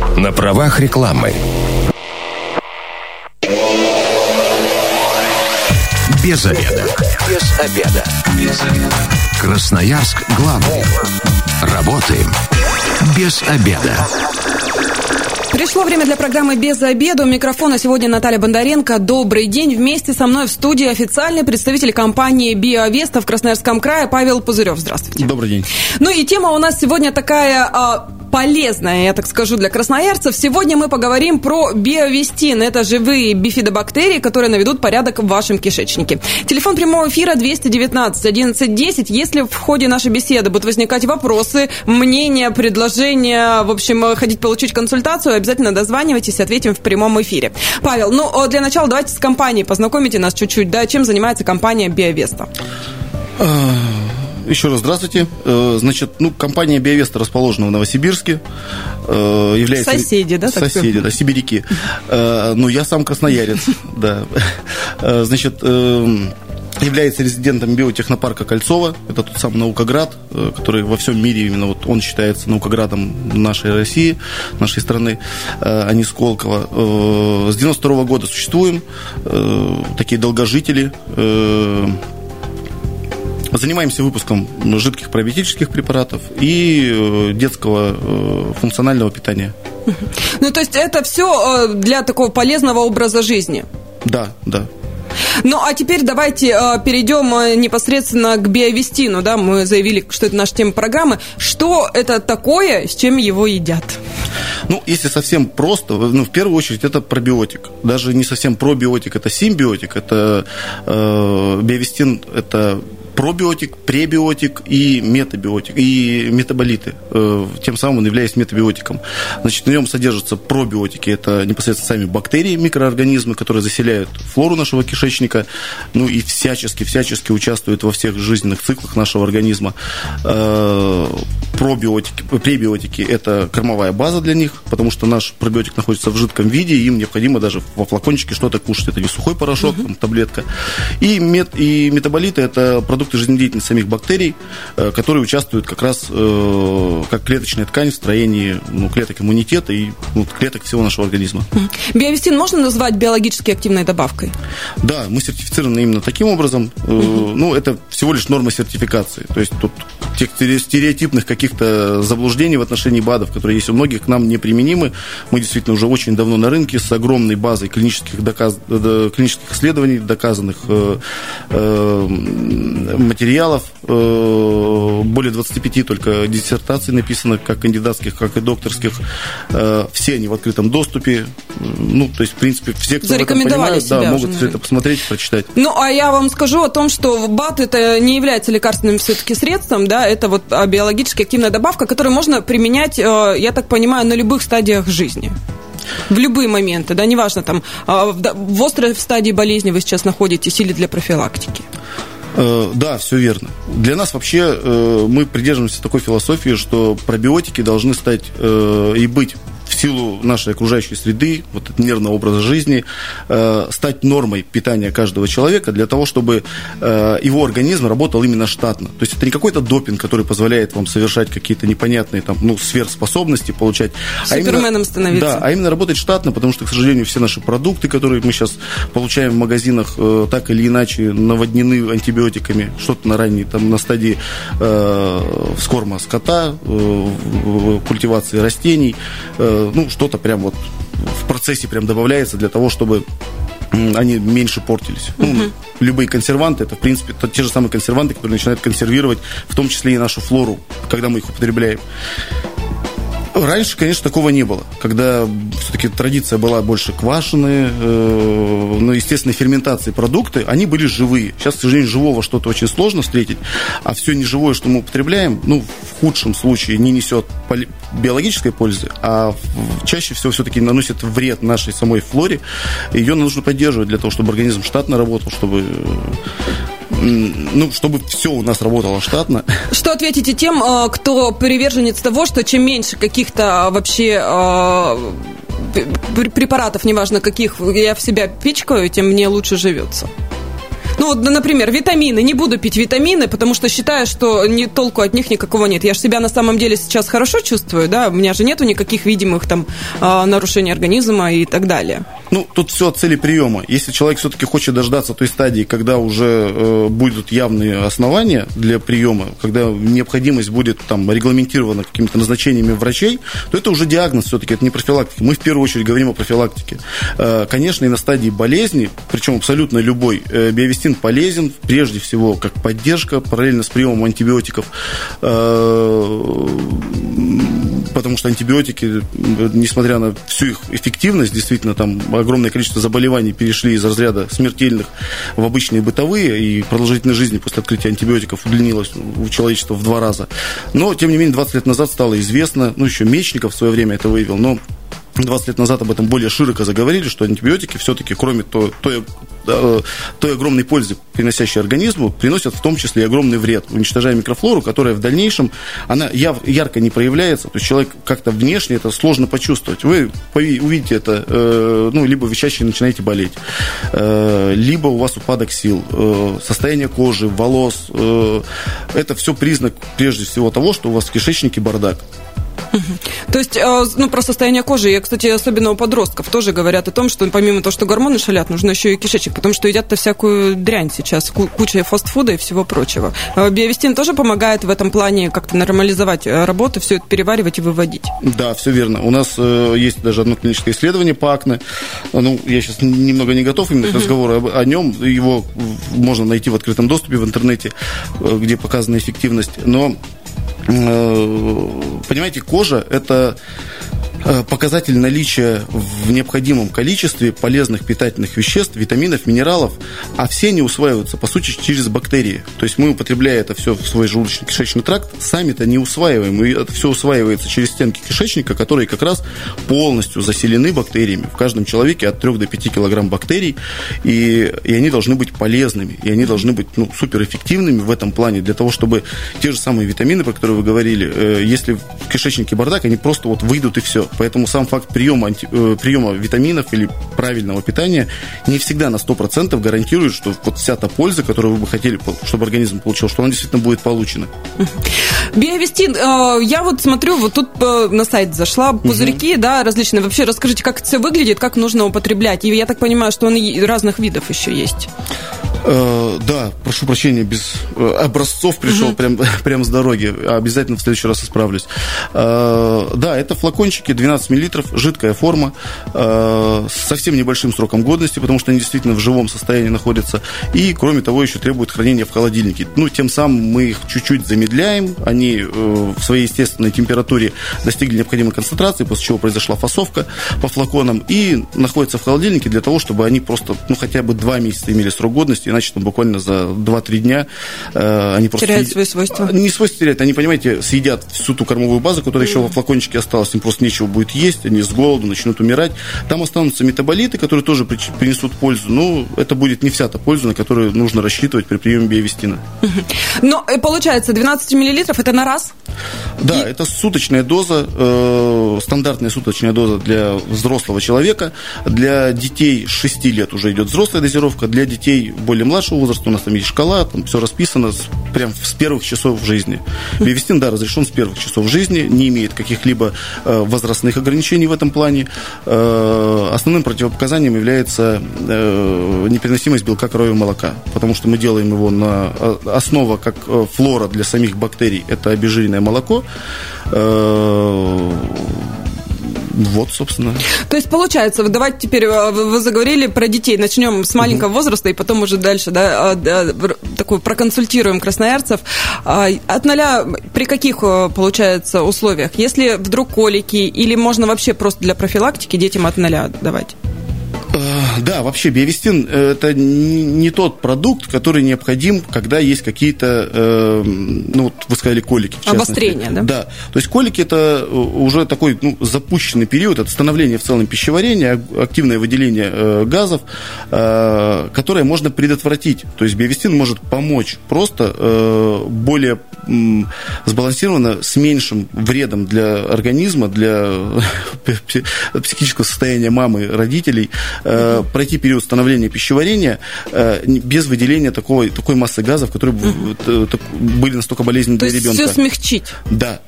На правах рекламы. Без обеда. Без обеда. Без обеда. Красноярск главный. Работаем без обеда. Пришло время для программы «Без обеда». У микрофона сегодня Наталья Бондаренко. Добрый день. Вместе со мной в студии официальный представитель компании «Биовеста» в Красноярском крае Павел Пузырев. Здравствуйте. Добрый день. Ну и тема у нас сегодня такая полезная, я так скажу, для красноярцев. Сегодня мы поговорим про биовестин. Это живые бифидобактерии, которые наведут порядок в вашем кишечнике. Телефон прямого эфира 219 11 10. Если в ходе нашей беседы будут возникать вопросы, мнения, предложения, в общем, хотите получить консультацию, обязательно дозванивайтесь, ответим в прямом эфире. Павел, для начала давайте с компанией познакомите нас чуть-чуть, да, чем занимается компания «Биовеста». Еще раз здравствуйте. Значит, компания «Биовеста» расположена в Новосибирске. Является... Соседи, да? Соседи, да, сибиряки. Я сам красноярец, да. Значит, является резидентом биотехнопарка Кольцово. Это тот самый наукоград, который во всем мире, именно вот он считается наукоградом нашей России, нашей страны, а не Сколково. С 92 года существуем, такие долгожители. Занимаемся выпуском жидких пробиотических препаратов и детского функционального питания. То есть это все для такого полезного образа жизни? Да. А теперь давайте перейдем непосредственно к биовестину, да, мы заявили, что это наша тема программы. Что это такое, с чем его едят? Если совсем просто, в первую очередь это пробиотик. Даже не совсем пробиотик, это симбиотик, это биовестин, это пробиотик, пребиотик и метабиотик, и метаболиты. Тем самым он является метабиотиком. Значит, в нем содержатся пробиотики, это непосредственно сами бактерии, микроорганизмы, которые заселяют флору нашего кишечника, и всячески участвуют во всех жизненных циклах нашего организма. Пребиотики – это кормовая база для них, потому что наш пробиотик находится в жидком виде, и им необходимо даже во флакончике что-то кушать. Это не сухой порошок, таблетка. И метаболиты – это продукты жизнедеятельности самих бактерий, которые участвуют как раз как клеточная ткань в строении клеток иммунитета и клеток всего нашего организма. Биовестин можно назвать биологически активной добавкой? Да, мы сертифицированы именно таким образом. Это всего лишь норма сертификации. То есть тут тех стереотипных каких-то заблуждений в отношении БАДов, которые есть у многих, к нам неприменимы. Мы действительно уже очень давно на рынке с огромной базой клинических исследований, доказанных материалов, более 25 только диссертаций написано, как кандидатских, как и докторских. Все они в открытом доступе. То есть, в принципе, все, кто в этом понимают, могут все это посмотреть, прочитать. А я вам скажу о том, что БАД это не является лекарственным все-таки средством, да, это биологически активная добавка, которую можно применять, я так понимаю, на любых стадиях жизни. В любые моменты, да, неважно, в острой стадии болезни вы сейчас находитесь или для профилактики. Да, все верно. Для нас вообще мы придерживаемся такой философии, что пробиотики должны стать и быть в силу нашей окружающей среды, нервного образа жизни, стать нормой питания каждого человека для того, чтобы его организм работал именно штатно. То есть это не какой-то допинг, который позволяет вам совершать какие-то непонятные сверхспособности получать. Суперменом становиться. Да, а именно работать штатно, потому что, к сожалению, все наши продукты, которые мы сейчас получаем в магазинах, так или иначе наводнены антибиотиками, что-то на стадии вскорма скота, культивации растений, что-то прям в процессе прям добавляется для того, чтобы они меньше портились. Любые консерванты, это, в принципе, те же самые консерванты, которые начинают консервировать, в том числе и нашу флору, когда мы их употребляем. Раньше, конечно, такого не было, когда все-таки традиция была больше квашеные, естественно, ферментации продукты, они были живые. Сейчас, к сожалению, живого что-то очень сложно встретить, а все неживое, что мы употребляем, в худшем случае не несет биологической пользы, а чаще всего все-таки наносит вред нашей самой флоре. Ее нужно поддерживать для того, чтобы организм штатно работал, чтобы все у нас работало штатно. Что ответите тем, кто приверженец того, что чем меньше каких-то вообще препаратов, неважно каких, я в себя пичкаю, тем мне лучше живется? Ну, вот, например, витамины. Не буду пить витамины, потому что считаю, что толку от них никакого нет. Я же себя на самом деле сейчас хорошо чувствую, да, у меня же нету никаких видимых там нарушений организма и так далее. Ну, тут все от цели приема. Если человек все-таки хочет дождаться той стадии, когда уже будут явные основания для приема, когда необходимость будет там регламентирована какими-то назначениями врачей, то это уже диагноз все-таки, это не профилактика. Мы в первую очередь говорим о профилактике. Конечно, и на стадии болезни, причем абсолютно любой, биовестин полезен прежде всего как поддержка, параллельно с приемом антибиотиков, потому что антибиотики, несмотря на всю их эффективность, действительно, там огромное количество заболеваний перешли из разряда смертельных в обычные бытовые, и продолжительность жизни после открытия антибиотиков удлинилась у человечества в 2 раза. Но, тем не менее, 20 лет назад стало известно, еще Мечников в свое время это выявил, но 20 лет назад об этом более широко заговорили, что антибиотики все-таки, кроме той огромной пользы, приносящей организму, приносят в том числе и огромный вред, уничтожая микрофлору, которая в дальнейшем, она ярко не проявляется, то есть человек как-то внешне это сложно почувствовать. Вы увидите это, либо вы чаще начинаете болеть, либо у вас упадок сил, состояние кожи, волос, это все признак, прежде всего, того, что у вас в кишечнике бардак. То есть, про состояние кожи, и, кстати, особенно у подростков тоже говорят о том, что помимо того, что гормоны шалят, нужно еще и кишечник, потому что едят-то всякую дрянь сейчас, куча фастфуда и всего прочего. Биовестин тоже помогает в этом плане как-то нормализовать работу, все это переваривать и выводить. Да, все верно. У нас есть даже одно клиническое исследование по акне. Я сейчас немного не готов именно к разговору о нем. Его можно найти в открытом доступе в интернете, где показана эффективность. Но понимаете, кожа – это показатель наличия в необходимом количестве полезных питательных веществ, витаминов, минералов, а все они усваиваются, по сути, через бактерии. То есть мы, употребляя это все в свой желудочно-кишечный тракт, сами-то не усваиваем. И это все усваивается через стенки кишечника, которые как раз полностью заселены бактериями. В каждом человеке от 3 до 5 килограмм бактерий, и они должны быть полезными, и они должны быть суперэффективными в этом плане, для того, чтобы те же самые витамины, про которые вы говорили, если в кишечнике бардак, они просто выйдут и все. Поэтому сам факт приема витаминов или правильного питания не всегда на 100% гарантирует, что вся та польза, которую вы бы хотели, чтобы организм получил, что она действительно будет получена. Биовестин, я смотрю, тут на сайт зашла, пузырьки, да, различные. Вообще расскажите, как это все выглядит, как нужно употреблять. И я так понимаю, что он разных видов еще есть. Да, прошу прощения, без образцов пришел прям с дороги. Обязательно в следующий раз исправлюсь. Да, это флакончики 12 мл, жидкая форма, с совсем небольшим сроком годности, потому что они действительно в живом состоянии находятся. И, кроме того, еще требуют хранения в холодильнике. Тем самым мы их чуть-чуть замедляем. Они в своей естественной температуре достигли необходимой концентрации, после чего произошла фасовка по флаконам и находятся в холодильнике для того, чтобы они просто, хотя бы 2 месяца имели срок годности, иначе буквально за 2-3 дня они просто теряют свои свойства. Не свойства теряют, они, понимаете, съедят всю ту кормовую базу, которая еще во флакончике осталась, им просто нечего будет есть, они с голоду начнут умирать. Там останутся метаболиты, которые тоже принесут пользу, но это будет не вся та польза, на которую нужно рассчитывать при приеме биовестина. Но получается, 12 мл это на раз? Да, это суточная доза, стандартная суточная доза для взрослого человека. Для детей 6 лет уже идет взрослая дозировка, для детей более младшего возраста у нас там есть шкала, там все расписано прям с первых часов жизни. Биовестин, да, разрешен с первых часов жизни, не имеет каких-либо возрастных ограничений в этом плане. Основным противопоказанием является непереносимость белка коровьего молока, потому что мы делаем его на основа как флора для самих бактерий, это обезжиренное молоко. Собственно. То есть, получается, давайте теперь, вы заговорили про детей, начнем с маленького возраста, и потом уже дальше, такую проконсультируем красноярцев. От 0 при каких, получается, условиях? Если вдруг колики, или можно вообще просто для профилактики детям от 0 давать? Да, вообще биовестин – это не тот продукт, который необходим, когда есть какие-то, вы сказали, колики, в частности. Обострение, да? Да, то есть колики – это уже такой запущенный период, это становление в целом пищеварения, активное выделение газов, которое можно предотвратить. То есть биовестин может помочь просто более сбалансированно, с меньшим вредом для организма, для психического состояния мамы, родителей, пройти период становления пищеварения без выделения такой массы газов, которые были настолько болезненны для ребенка. То есть все смягчить. Да.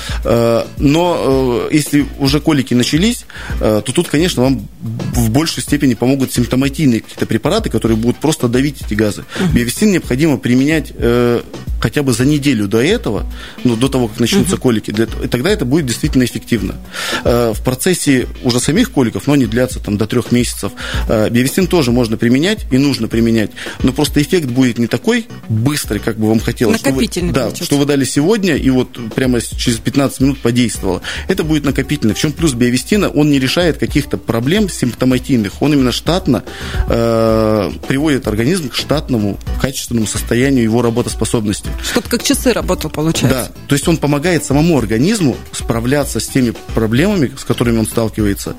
Но если уже колики начались, то тут, конечно, вам в большей степени помогут симптоматичные какие-то препараты, которые будут просто давить эти газы. Биовестин необходимо применять хотя бы за неделю до этого, до того, как начнутся колики, и тогда это будет действительно эффективно. В процессе уже самих коликов, но они длятся до 3 месяцев, биовестин тоже можно применять и нужно применять, но просто эффект будет не такой быстрый, как бы вам хотелось. Накопительный. Что вы дали сегодня, и вот прямо через 15 минут подействовало. Это будет накопительно. В чем плюс биовестина? Он не решает каких-то проблем симптоматичных, он именно штатно приводит организм к штатному, качественному состоянию его работоспособности. Чтобы как часы работал, получается. Да, то есть он помогает самому организму справляться с теми проблемами, с которыми он сталкивается.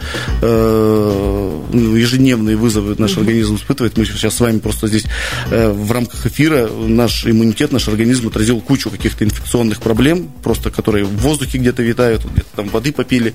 Ежедневные вызовы наш организм испытывает. Мы сейчас с вами просто здесь в рамках эфира наш иммунитет, наш организм отразил кучу каких-то инфекционных проблем, просто которые в воздухе где-то витают, где-то там воды попили.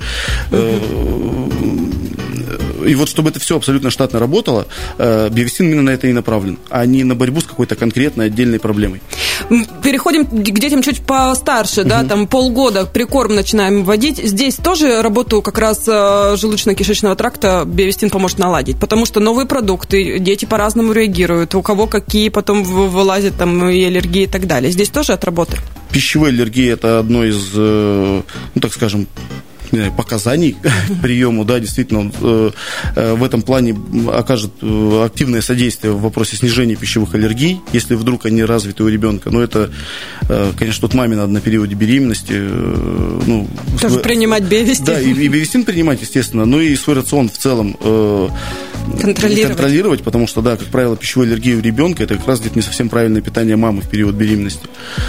И вот чтобы это все абсолютно штатно работало, биовестин именно на это и направлен, а не на борьбу с какой-то конкретной отдельной проблемой. Переходим к детям чуть постарше, да, там полгода прикорм начинаем вводить. Здесь тоже работу как раз желудочно-кишечного тракта биовестин поможет наладить, потому что новые продукты, дети по-разному реагируют, у кого какие потом вылазят там и аллергии и так далее. Здесь тоже отработали? Пищевая аллергия – это одно из, так скажем, показаний к приему, да, действительно, он в этом плане окажет активное содействие в вопросе снижения пищевых аллергий, если вдруг они развиты у ребенка. Но это, конечно, тут маме надо на периоде беременности. Тоже принимать биовестин. Да, и биовестин принимать, естественно, но и свой рацион в целом контролировать, потому что, да, как правило, пищевая аллергия у ребенка – это как раз где-то не совсем правильное питание мамы в период беременности.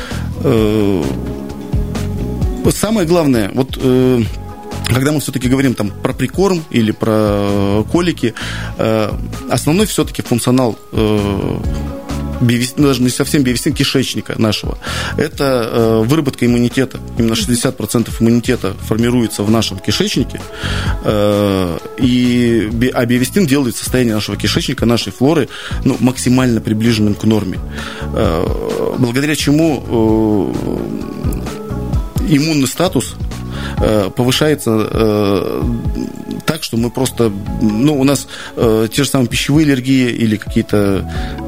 Самое главное, когда мы все-таки говорим про прикорм или про колики, основной все-таки функционал даже не совсем биовестин кишечника нашего, это выработка иммунитета. Именно 60% иммунитета формируется в нашем кишечнике, а биовестин делает состояние нашего кишечника, нашей флоры максимально приближенным к норме. Благодаря чему иммунный статус повышается так, что мы просто... у нас те же самые пищевые аллергии или какие-то...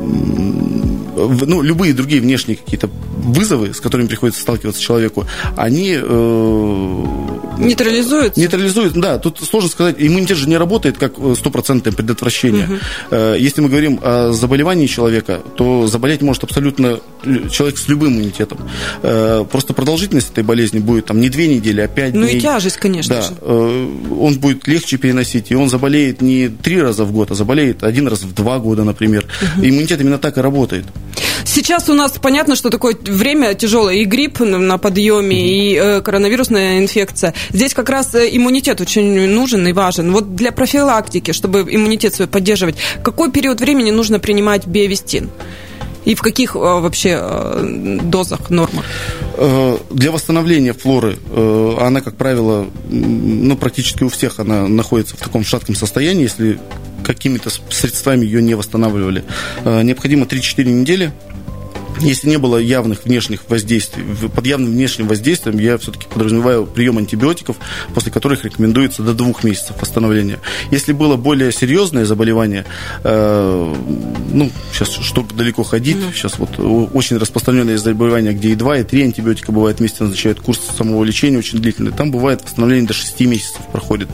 любые другие внешние какие-то вызовы, с которыми приходится сталкиваться человеку, они... Нейтрализуются? Нейтрализуют, да. Тут сложно сказать, иммунитет же не работает как 100% предотвращение. Если мы говорим о заболевании человека, то заболеть может абсолютно человек с любым иммунитетом. Просто продолжительность этой болезни будет не 2 недели, а 5 дней. И тяжесть, конечно же. Он будет легче переносить, и он заболеет не 3 раза в год, а заболеет 1 раз в 2 года, например. Иммунитет именно так и работает. Сейчас у нас понятно, что такое время тяжелое, и грипп на подъеме, и коронавирусная инфекция. Здесь как раз иммунитет очень нужен и важен. Вот для профилактики, чтобы иммунитет свой поддерживать, какой период времени нужно принимать биовестин? И в каких вообще дозах, нормах? Для восстановления флоры, она, как правило, практически у всех она находится в таком шатком состоянии, если какими-то средствами ее не восстанавливали. Необходимо 3-4 недели. Если не было явных внешних воздействий, под явным внешним воздействием я все-таки подразумеваю прием антибиотиков, после которых рекомендуется до 2 месяцев восстановления. Если было более серьезное заболевание, сейчас что далеко ходить, сейчас очень распространенное заболевание, где и 2, и 3 антибиотика бывает вместе, назначают курс самого лечения очень длительный, там бывает восстановление до 6 месяцев проходит.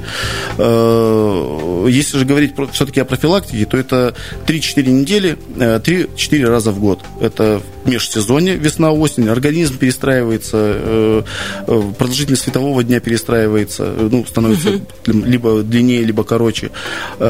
Если же говорить все-таки о профилактике, то это 3-4 недели, 3-4 раза в год. Это межсезонье, весна-осень, организм перестраивается, продолжительность светового дня перестраивается, становится либо длиннее, либо короче. И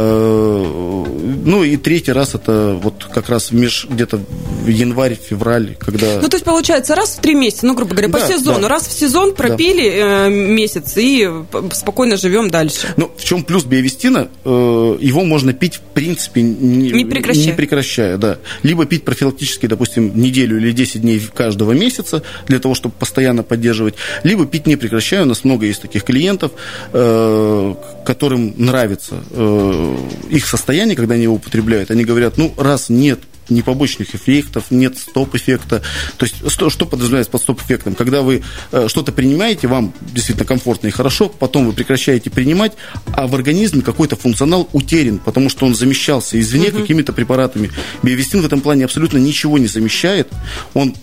3-й раз это как раз где-то в январь-февраль, когда... то есть получается раз в 3 месяца, грубо говоря, по сезону. Да. Раз в сезон пропили месяц и спокойно живем дальше. В чем плюс биовестина? Его можно пить, в принципе, не прекращая. Да. Либо пить профилактически, допустим, неделю или 10 дней каждого месяца, для того, чтобы постоянно поддерживать, либо пить не прекращая. У нас много есть таких клиентов, которым нравится их состояние, когда они его употребляют, они говорят, раз нет ни побочных эффектов, нет стоп-эффекта. То есть, что подразумевается под стоп-эффектом? Когда вы что-то принимаете, вам действительно комфортно и хорошо, потом вы прекращаете принимать, а в организме какой-то функционал утерян, потому что он замещался извне какими-то препаратами. Биовестин в этом плане абсолютно ничего не замещает. Он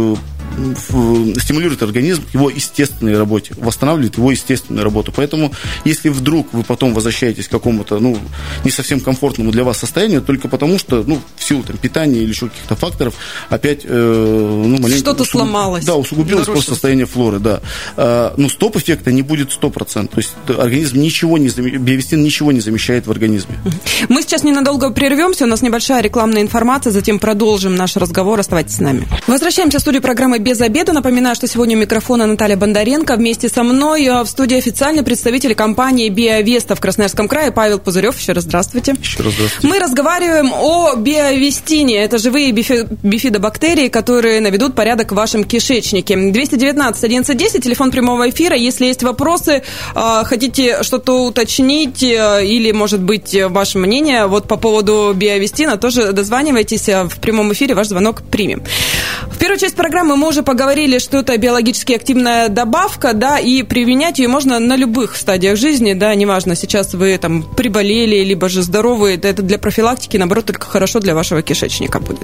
стимулирует организм к его естественной работе, восстанавливает его естественную работу. Поэтому, если вдруг вы потом возвращаетесь к какому-то, не совсем комфортному для вас состоянию, только потому что, в силу питания или еще каких-то факторов, опять, маленько... Что-то сломалось. Да, усугубилось просто состояние флоры, да. Но стоп-эффекта не будет 100%. То есть, организм биовестин ничего не замещает в организме. Мы сейчас ненадолго прервемся, у нас небольшая рекламная информация, затем продолжим наш разговор. Оставайтесь с нами. Возвращаемся в студию программы «Без обеда». Напоминаю, что сегодня у микрофона Наталья Бондаренко. Вместе со мной в студии официальный представитель компании «Биовеста» в Красноярском крае Павел Пузырев. Еще раз здравствуйте. Еще раз здравствуйте. Мы разговариваем о биовестине. Это живые бифидобактерии, которые наведут порядок в вашем кишечнике. 219-11-10, телефон прямого эфира. Если есть вопросы, хотите что-то уточнить или, может быть, ваше мнение по поводу биовестина, тоже дозванивайтесь в прямом эфире, ваш звонок примем. В первую часть программы мы уже поговорили, что это биологически активная добавка, да, и применять ее можно на любых стадиях жизни, да, неважно, сейчас вы приболели, либо же здоровы, это для профилактики, наоборот, только хорошо для вашего кишечника будет.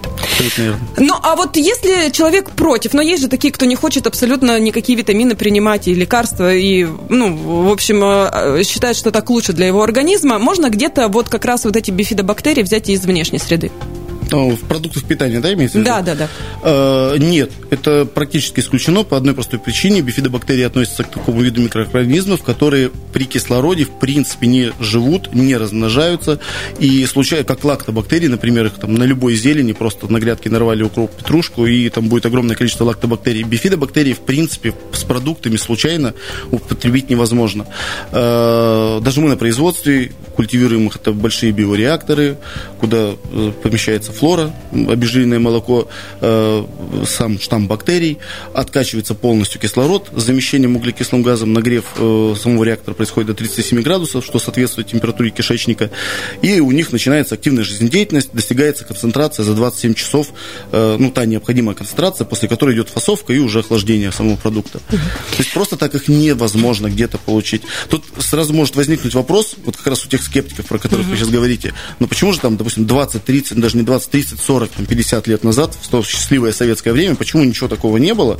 А если человек против, но есть же такие, кто не хочет абсолютно никакие витамины принимать и лекарства, и, в общем, считает, что так лучше для его организма, можно где-то как раз эти бифидобактерии взять из внешней среды? В продуктах питания, да, имеется в виду? Да. Нет, это практически исключено по одной простой причине. Бифидобактерии относятся к такому виду микроорганизмов, которые при кислороде, в принципе, не живут, не размножаются. И случается, как лактобактерии, например, их на любой зелени, просто на грядке нарвали укроп, петрушку, и там будет огромное количество лактобактерий. Бифидобактерии, в принципе, с продуктами случайно употребить невозможно. Даже мы на производстве культивируем их, это большие биореакторы, куда помещается флора, обезжиренное молоко, сам штамм бактерий, откачивается полностью кислород с замещением углекислым газом, нагрев самого реактора происходит до 37 градусов, что соответствует температуре кишечника, и у них начинается активная жизнедеятельность, достигается концентрация за 27 часов, та необходимая концентрация, после которой идет фасовка и уже охлаждение самого продукта. То есть просто так их невозможно где-то получить. Тут сразу может возникнуть вопрос, как раз у тех скептиков, про которых вы сейчас говорите, почему же допустим, 20, 30, даже не 20, 30, 40, 50 лет назад, в то счастливое советское время, почему ничего такого не было,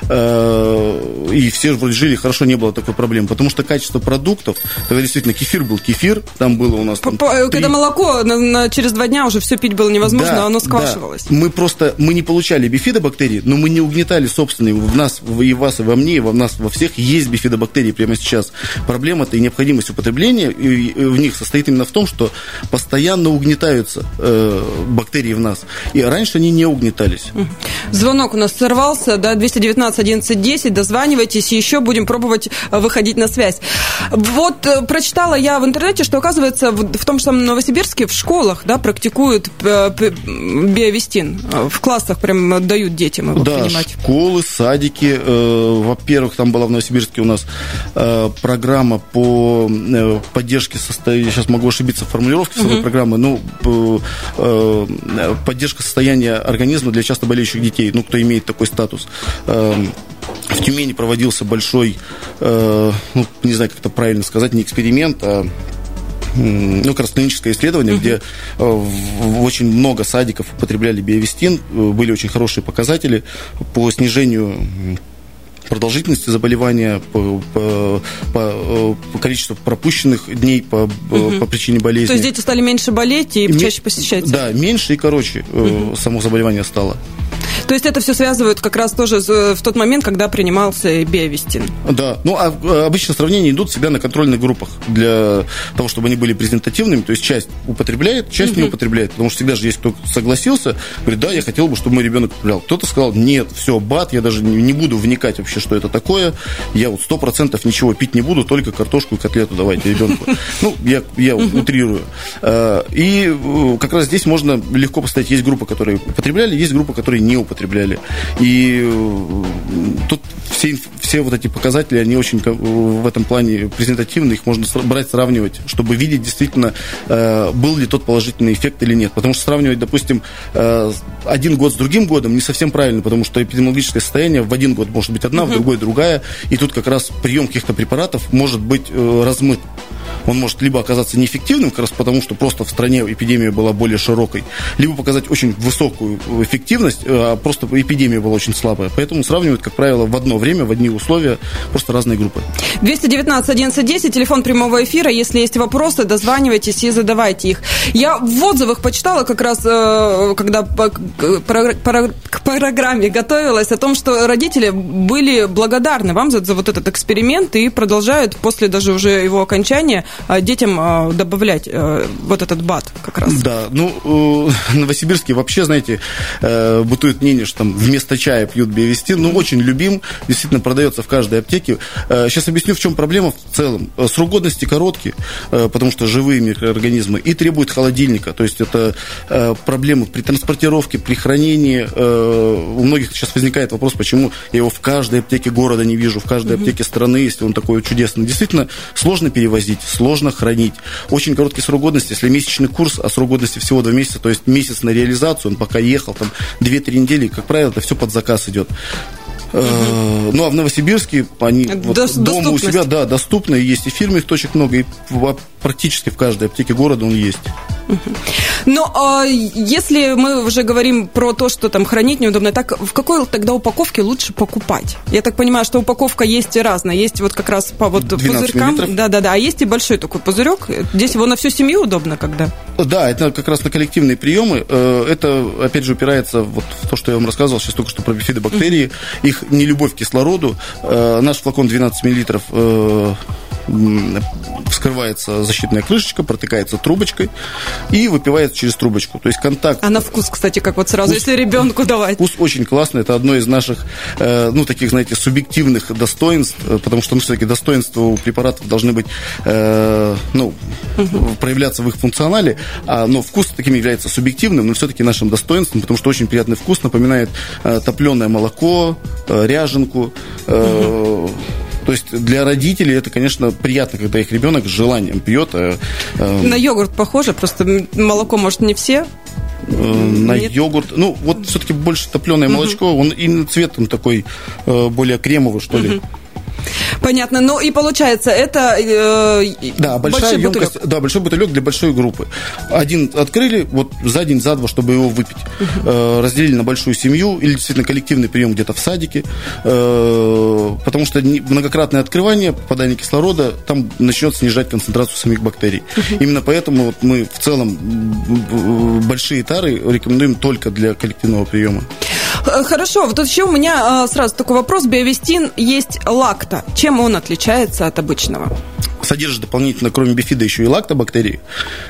и все вроде жили хорошо, не было такой проблемы, потому что качество продуктов, тогда действительно кефир был кефир, там было у нас... Когда молоко через 2 дня уже все пить было невозможно, да, оно сквашивалось. Да. Мы не получали бифидобактерии, но мы не угнетали собственные, в нас, и в вас, и во мне, и в нас, во всех есть бифидобактерии прямо сейчас. Проблема-то и необходимость употребления в них состоит именно в том, что постоянно угнетаются бактерии в нас. И раньше они не угнетались. Звонок у нас сорвался, да, 219-11-10, дозванивайтесь, еще будем пробовать выходить на связь. Прочитала я в интернете, что, оказывается, в том же самом Новосибирске в школах, да, практикуют биовестин. В классах прям дают детям его принимать. Да, школы, садики. Во-первых, там была в Новосибирске у нас программа по поддержке состояния, сейчас могу ошибиться в формулировке самой программы, поддержка состояния организма для часто болеющих детей, кто имеет такой статус. В Тюмени проводился большой, не знаю, как это правильно сказать, не эксперимент, а как раз клиническое исследование, где очень много садиков употребляли биовестин, были очень хорошие показатели по снижению продолжительности заболевания, по количеству пропущенных дней по причине болезни. То есть дети стали меньше болеть и чаще посещать? Да, меньше и короче само заболевание стало. То есть это все связывают как раз тоже в тот момент, когда принимался биовестин? Да, обычно сравнения идут всегда на контрольных группах для того, чтобы они были презентативными, то есть часть употребляет, часть не употребляет, потому что всегда же есть кто согласился, говорит, да, я хотел бы, чтобы мой ребенок употреблял. Кто-то сказал, нет, все, бат, я даже не буду вникать вообще, что это такое, я 100% ничего пить не буду, только картошку и котлету давайте ребенку. Я утрирую. И как раз здесь можно легко поставить, есть группа, которые употребляли, есть группа, которые не употребляли. И тут все вот эти показатели, они очень в этом плане презентативны, их можно брать, сравнивать, чтобы видеть действительно, был ли тот положительный эффект или нет. Потому что сравнивать, допустим, один год с другим годом не совсем правильно, потому что эпидемиологическое состояние в один год может быть одна, в другой другая, и тут как раз прием каких-то препаратов может быть размыт. Он может либо оказаться неэффективным, как раз потому, что просто в стране эпидемия была более широкой, либо показать очень высокую эффективность, а просто эпидемия была очень слабая. Поэтому сравнивают, как правило, в одно время, в одни условия, просто разные группы. 219-11-10, телефон прямого эфира. Если есть вопросы, дозванивайтесь и задавайте их. Я в отзывах почитала как раз, когда к программе готовилась, о том, что родители были благодарны вам за вот этот эксперимент и продолжают после даже уже его окончания детям добавлять вот этот БАД как раз. Да, в Новосибирске вообще, знаете, бытует мнение, что там вместо чая пьют биовестин. Очень любим, действительно продается в каждой аптеке. Сейчас объясню, в чем проблема в целом. Срок годности короткий, потому что живые микроорганизмы, и требует холодильника. То есть это проблемы при транспортировке, при хранении. У многих сейчас возникает вопрос, почему я его в каждой аптеке города не вижу, в каждой аптеке страны, если он такой чудесный. Действительно, сложно перевозить, сложно хранить. Очень короткий срок годности, если месячный курс, а срок годности всего 2 месяца, то есть месяц на реализацию, он пока ехал, там 2-3 недели, как правило, это все под заказ идет. А в Новосибирске они дома у себя, доступны, есть и фирменных точек много, и практически в каждой аптеке города он есть. Но если мы уже говорим про то, что там хранить неудобно, так в какой тогда упаковке лучше покупать? Я так понимаю, что упаковка есть разная. Есть вот как раз по пузырькам. Да. А есть и большой такой пузырек. Здесь его на всю семью удобно, когда? Да, это как раз на коллективные приемы. Это, опять же, упирается вот в то, что я вам рассказывал сейчас только что про бифидобактерии. Их нелюбовь к кислороду. Наш флакон 12 миллилитров вскрывается защитная крышечка, протыкается трубочкой и выпивается через трубочку. То есть контакт... А на вкус, кстати, как вот сразу, если ребенку давать? Вкус очень классный. Это одно из наших, таких, знаете, субъективных достоинств, потому что, все-таки достоинства у препаратов должны быть, проявляться в их функционале, но вкус таким является субъективным, но все-таки нашим достоинством, потому что очень приятный вкус, напоминает топленое молоко, ряженку. То есть для родителей это, конечно, приятно, когда их ребенок с желанием пьет. На йогурт похоже, просто молоко, может, не все? На йогурт. Все-таки больше топленое молочко, он и цветом такой более кремовый, что ли. Понятно. Ну и получается, это большая емкость, бутылек. Большой бутылек для большой группы. Один открыли за день, за два, чтобы его выпить. Разделили на большую семью или действительно коллективный прием где-то в садике. Потому что многократное открывание, попадание кислорода, там начнет снижать концентрацию самих бактерий. Именно поэтому мы в целом большие тары рекомендуем только для коллективного приема. Хорошо, вот еще у меня сразу такой вопрос. Биовестин есть лакто. Чем он отличается от обычного? Содержит дополнительно, кроме бифида, еще и лактобактерии.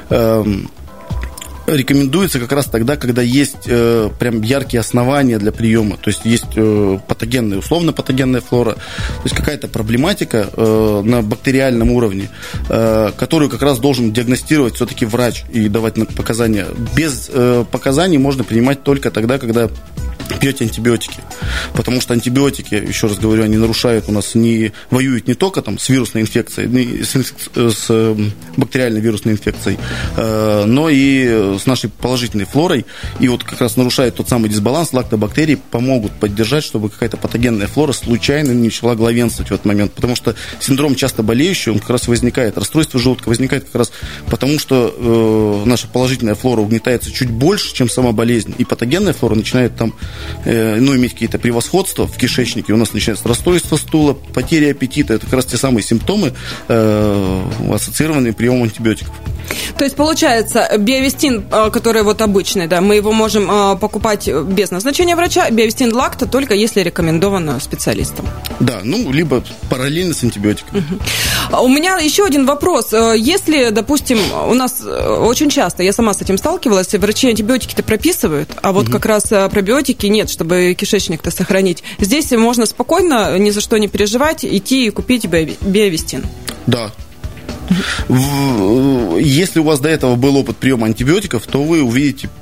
Рекомендуется как раз тогда, когда есть прям яркие основания для приема, то есть есть патогенная, условно патогенная флора, то есть какая-то проблематика на бактериальном уровне, которую как раз должен диагностировать все-таки врач и давать показания. Без показаний можно принимать только тогда, когда пьете антибиотики, потому что антибиотики, еще раз говорю, они нарушают у нас, воюют не только там с вирусной инфекцией, с бактериальной вирусной инфекцией, но и с нашей положительной флорой, и вот как раз нарушает тот самый дисбаланс. Лактобактерии помогут поддержать, чтобы какая-то патогенная флора случайно не начала главенствовать в этот момент, потому что синдром часто болеющий, он как раз возникает, расстройство желудка возникает как раз потому, что наша положительная флора угнетается чуть больше, чем сама болезнь, и патогенная флора начинает там иметь какие-то превосходства в кишечнике, у нас начинается расстройство стула, потеря аппетита, это как раз те самые симптомы, ассоциированные приемом антибиотиков. То есть, получается, биовестин, который обычный, мы его можем покупать без назначения врача, биовестин лакто только если рекомендовано специалистом. Да, либо параллельно с антибиотиками. У меня еще один вопрос. Если, допустим, у нас очень часто, я сама с этим сталкивалась, врачи антибиотики-то прописывают, а вот как раз пробиотики нет, чтобы кишечник-то сохранить. Здесь можно спокойно, ни за что не переживать, идти и купить биовестин. Да. Если у вас до этого был опыт приема антибиотиков, то вы увидите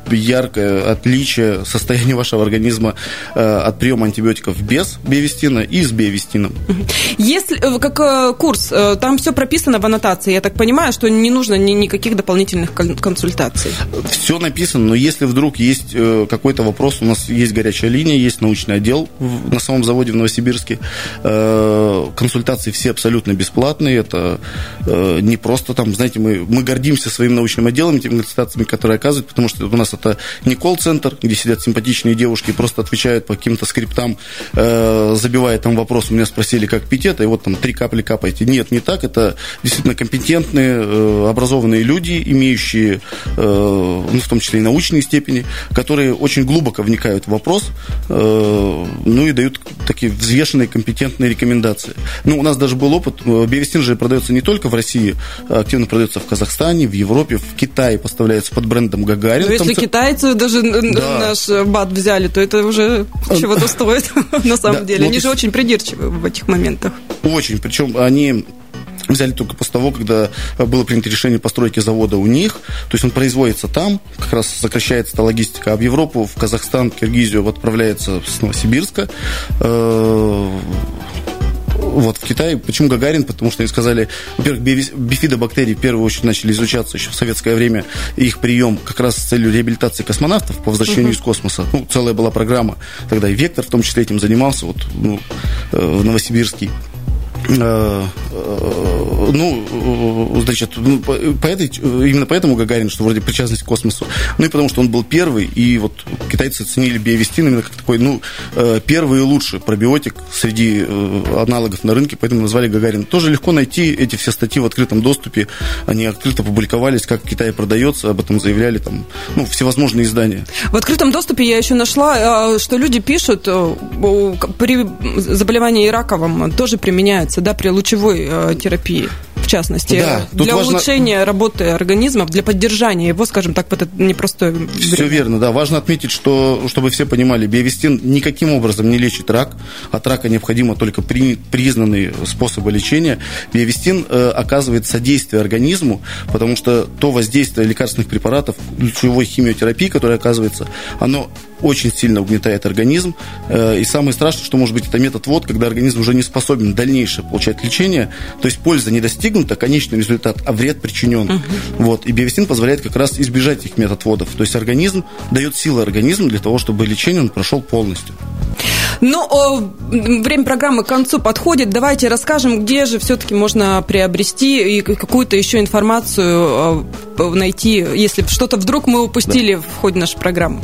яркое отличие состояния вашего организма от приема антибиотиков без биовестина и с биовестином. Если, как курс, там все прописано в аннотации, я так понимаю, что не нужно никаких дополнительных консультаций. Все написано, но если вдруг есть какой-то вопрос, у нас есть горячая линия, есть научный отдел на самом заводе в Новосибирске. Консультации все абсолютно бесплатные. Это не просто там, знаете, мы гордимся своим научным отделом, теми консультациями, которые оказывают, потому что у нас это не колл-центр, где сидят симпатичные девушки и просто отвечают по каким-то скриптам, забивая там вопрос, у меня спросили, как пить это, и вот там 3 капли капаете. Нет, не так. Это действительно компетентные, образованные люди, имеющие, в том числе и научные степени, которые очень глубоко вникают в вопрос, и дают такие взвешенные, компетентные рекомендации. У нас даже был опыт, биовестин же продается не только в России, активно продается в Казахстане, в Европе, в Китае поставляется под брендом Гагарин. Но если китайцы даже наш БАД взяли, то это уже чего-то стоит на самом деле. Они же очень придирчивы в этих моментах. Очень, причем они взяли только после того, когда было принято решение постройки завода у них, то есть он производится там, как раз сокращается эта логистика, а в Европу, в Казахстан, Киргизию отправляется с Новосибирска. В Китае. Почему Гагарин? Потому что они сказали, во-первых, бифидобактерии в первую очередь начали изучаться еще в советское время, их прием как раз с целью реабилитации космонавтов по возвращению из космоса. Целая была программа, тогда и Вектор в том числе этим занимался, в Новосибирске. Именно поэтому Гагарин, что вроде причастность к космосу, и потому что он был первый, и китайцы оценили биовестин именно как такой, первый и лучший пробиотик среди аналогов на рынке, поэтому назвали Гагарин. Тоже легко найти эти все статьи в открытом доступе, они открыто публиковались, как в Китае продается, об этом заявляли всевозможные издания. В открытом доступе я еще нашла, что люди пишут, при заболевании раковом тоже применяются, при лучевой терапии, в частности, для улучшения работы организма, для поддержания его, скажем так, в это непростое время. Все верно, да. Важно отметить, что, чтобы все понимали, биовестин никаким образом не лечит рак. От рака необходимо только признанные способы лечения. Биовестин оказывает содействие организму, потому что то воздействие лекарственных препаратов, лучевой химиотерапии, которое оказывается, оно очень сильно угнетает организм. И самое страшное, что может быть, это метод ВОД, когда организм уже не способен дальнейшее получать лечение. То есть польза не достигнута, конечный результат, а вред причинен. И биовестин позволяет как раз избежать этих методводов. То есть организм дает силы организму для того, чтобы лечение он прошел полностью. Время программы к концу подходит. Давайте расскажем, где же все-таки можно приобрести и какую-то еще информацию найти, если что-то вдруг мы упустили в ходе нашей программы.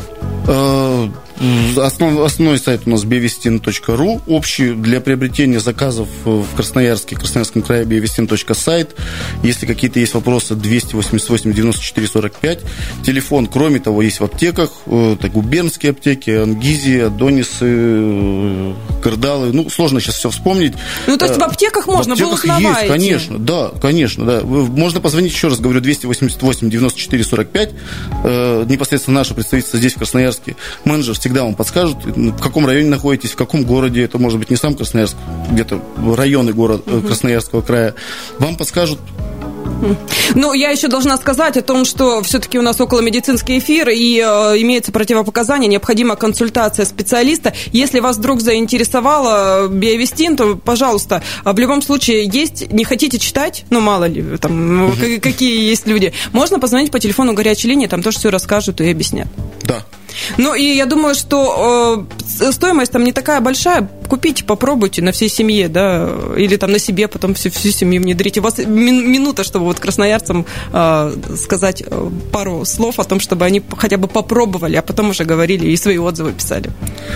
Основной сайт у нас biovestin.ru, общий для приобретения заказов в Красноярском крае biovestin.сайт. Если какие-то есть вопросы, 288 94 45. Телефон, кроме того, есть в аптеках, это губернские аптеки, Ангизи, Адонисы, Кырдалы. Сложно сейчас все вспомнить. То есть в аптеках можно, вы узнаваете? Есть, конечно, да. Можно позвонить, еще раз говорю, 288 94 45. Непосредственно наше представительство здесь, в Красноярске. Менеджер всегда вам подскажут, в каком районе находитесь, в каком городе. Это может быть не сам Красноярск, где-то районы Красноярского края. Вам подскажут. Я еще должна сказать о том, что все-таки у нас околомедицинский эфир, и имеется противопоказание, необходима консультация специалиста. Если вас вдруг заинтересовало биовестин, то, пожалуйста, в любом случае есть, не хотите читать, мало ли, какие есть люди, можно позвонить по телефону горячей линии, там тоже все расскажут и объяснят. Да. И я думаю, что стоимость там не такая большая. Купите, попробуйте на всей семье, или там на себе, потом всю семью внедрите. У вас минута, чтобы красноярцам сказать пару слов о том, чтобы они хотя бы попробовали, а потом уже говорили и свои отзывы писали.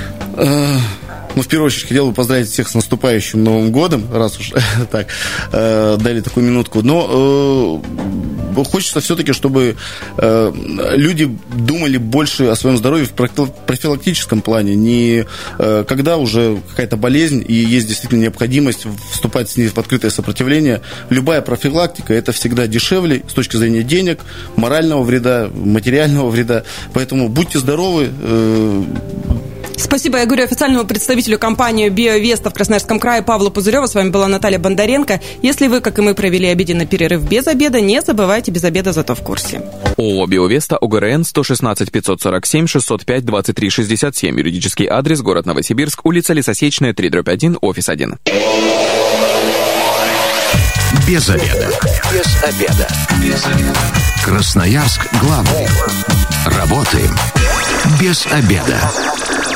В первую очередь, хотел бы поздравить всех с наступающим Новым годом, раз уж так дали такую минутку. Но хочется все-таки, чтобы люди думали больше о своем здоровье в профилактическом плане, не когда уже какая-то болезнь и есть действительно необходимость вступать с ней в открытое сопротивление. Любая профилактика – это всегда дешевле с точки зрения денег, морального вреда, материального вреда. Поэтому будьте здоровы, Спасибо, я говорю официальному представителю компании «Биовеста» в Красноярском крае Павлу Пузыреву. С вами была Наталья Бондаренко. Если вы, как и мы, провели обеденный перерыв без обеда, не забывайте, без обеда зато в курсе. ООО «Биовеста», ОГРН 116 547 605 23 67. Юридический адрес: город Новосибирск, улица Лесосечная, 3/1, офис 1. Без обеда. Без обеда. Без обеда. Красноярск главный. Работаем без обеда.